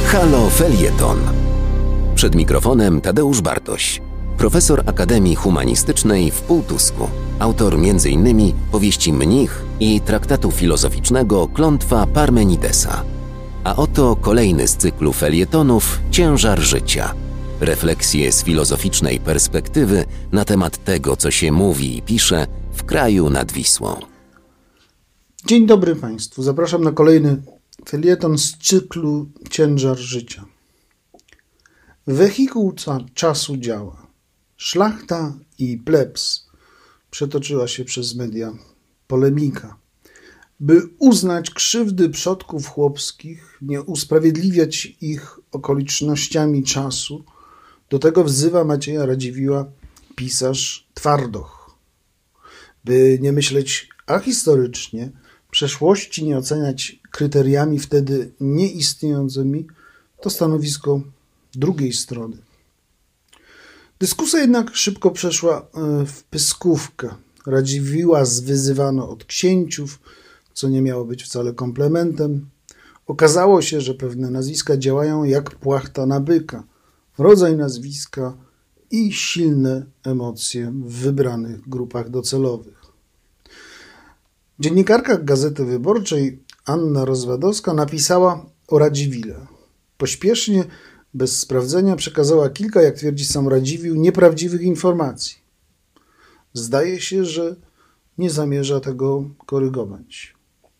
Halo Felieton. Przed mikrofonem Tadeusz Bartoś, profesor Akademii Humanistycznej w Półtusku, autor m.in. powieści Mnich i traktatu filozoficznego Klątwa Parmenidesa. A oto kolejny z cyklu felietonów Ciężar życia. Refleksje z filozoficznej perspektywy na temat tego, co się mówi i pisze w kraju nad Wisłą. Dzień dobry Państwu. Zapraszam na kolejny felieton z cyklu Ciężar życia. Wehikuł czasu działa. Szlachta i plebs. Przetoczyła się przez media polemika. By uznać krzywdy przodków chłopskich, nie usprawiedliwiać ich okolicznościami czasu, do tego wzywa Macieja Radziwiłła pisarz Twardoch. By nie myśleć ahistorycznie, przeszłości nie oceniać kryteriami wtedy nieistniejącymi, to stanowisko drugiej strony. Dyskusja jednak szybko przeszła w pyskówkę. Radziwiłła zwyzywano od księciów, co nie miało być wcale komplementem. Okazało się, że pewne nazwiska działają jak płachta na byka. Rodzaj nazwiska i silne emocje w wybranych grupach docelowych. Dziennikarka Gazety Wyborczej Anna Rozwadowska napisała o Radziwile. Pośpiesznie, bez sprawdzenia przekazała kilka, jak twierdzi sam Radziwiłł, nieprawdziwych informacji. Zdaje się, że nie zamierza tego korygować.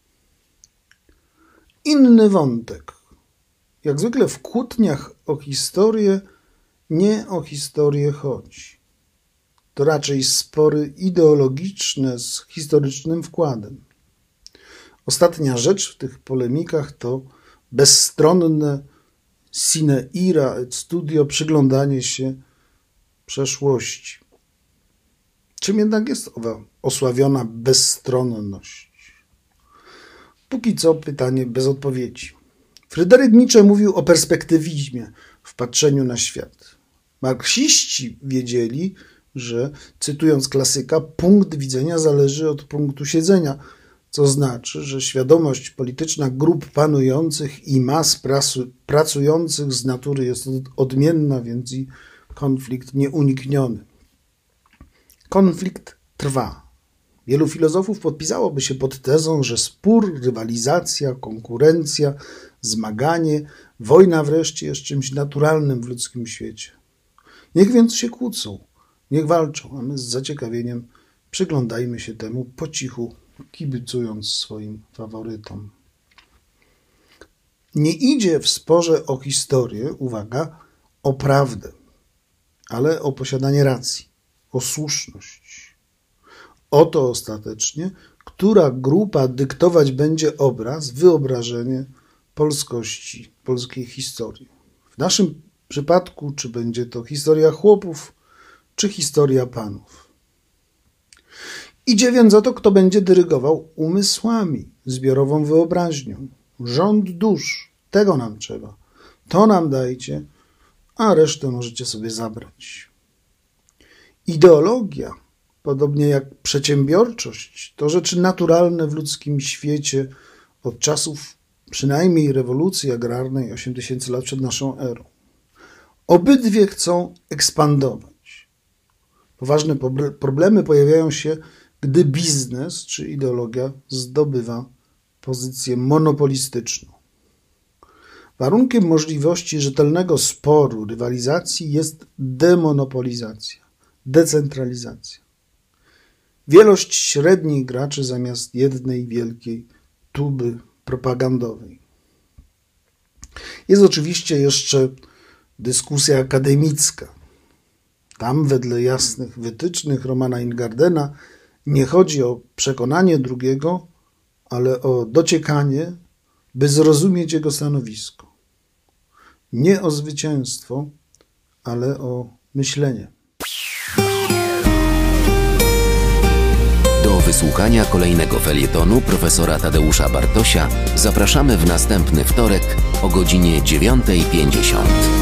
Inny wątek. Jak zwykle w kłótniach o historię nie o historię chodzi. To raczej spory ideologiczne z historycznym wkładem. Ostatnia rzecz w tych polemikach to bezstronne sine ira et studio przyglądanie się przeszłości. Czym jednak jest owa osławiona bezstronność? Póki co pytanie bez odpowiedzi. Fryderyk Nietzsche mówił o perspektywizmie w patrzeniu na świat. Marksiści wiedzieli, że, cytując klasyka, punkt widzenia zależy od punktu siedzenia, co znaczy, że świadomość polityczna grup panujących i mas pracujących z natury jest odmienna, więc i konflikt nieunikniony. Konflikt trwa. Wielu filozofów podpisałoby się pod tezą, że spór, rywalizacja, konkurencja, zmaganie, wojna wreszcie jest czymś naturalnym w ludzkim świecie. Niech więc się kłócą, niech walczą, a my z zaciekawieniem przyglądajmy się temu po cichu, kibicując swoim faworytom. Nie idzie w sporze o historię, uwaga, o prawdę, ale o posiadanie racji, o słuszność. Oto ostatecznie, która grupa dyktować będzie obraz, wyobrażenie polskości, polskiej historii. W naszym przypadku, czy będzie to historia chłopów, czy historia panów. Idzie więc o to, kto będzie dyrygował umysłami, zbiorową wyobraźnią. Rząd dusz, tego nam trzeba. To nam dajcie, a resztę możecie sobie zabrać. Ideologia, podobnie jak przedsiębiorczość, to rzeczy naturalne w ludzkim świecie od czasów przynajmniej rewolucji agrarnej 8000 lat przed naszą erą. Obydwie chcą ekspandować. Poważne problemy pojawiają się, gdy biznes czy ideologia zdobywa pozycję monopolistyczną. Warunkiem możliwości rzetelnego sporu, rywalizacji jest demonopolizacja, decentralizacja. Wielość średnich graczy zamiast jednej wielkiej tuby propagandowej. Jest oczywiście jeszcze dyskusja akademicka. Tam wedle jasnych wytycznych Romana Ingardena nie chodzi o przekonanie drugiego, ale o dociekanie, by zrozumieć jego stanowisko. Nie o zwycięstwo, ale o myślenie. Do wysłuchania kolejnego felietonu profesora Tadeusza Bartosia zapraszamy w następny wtorek o godzinie 9:50.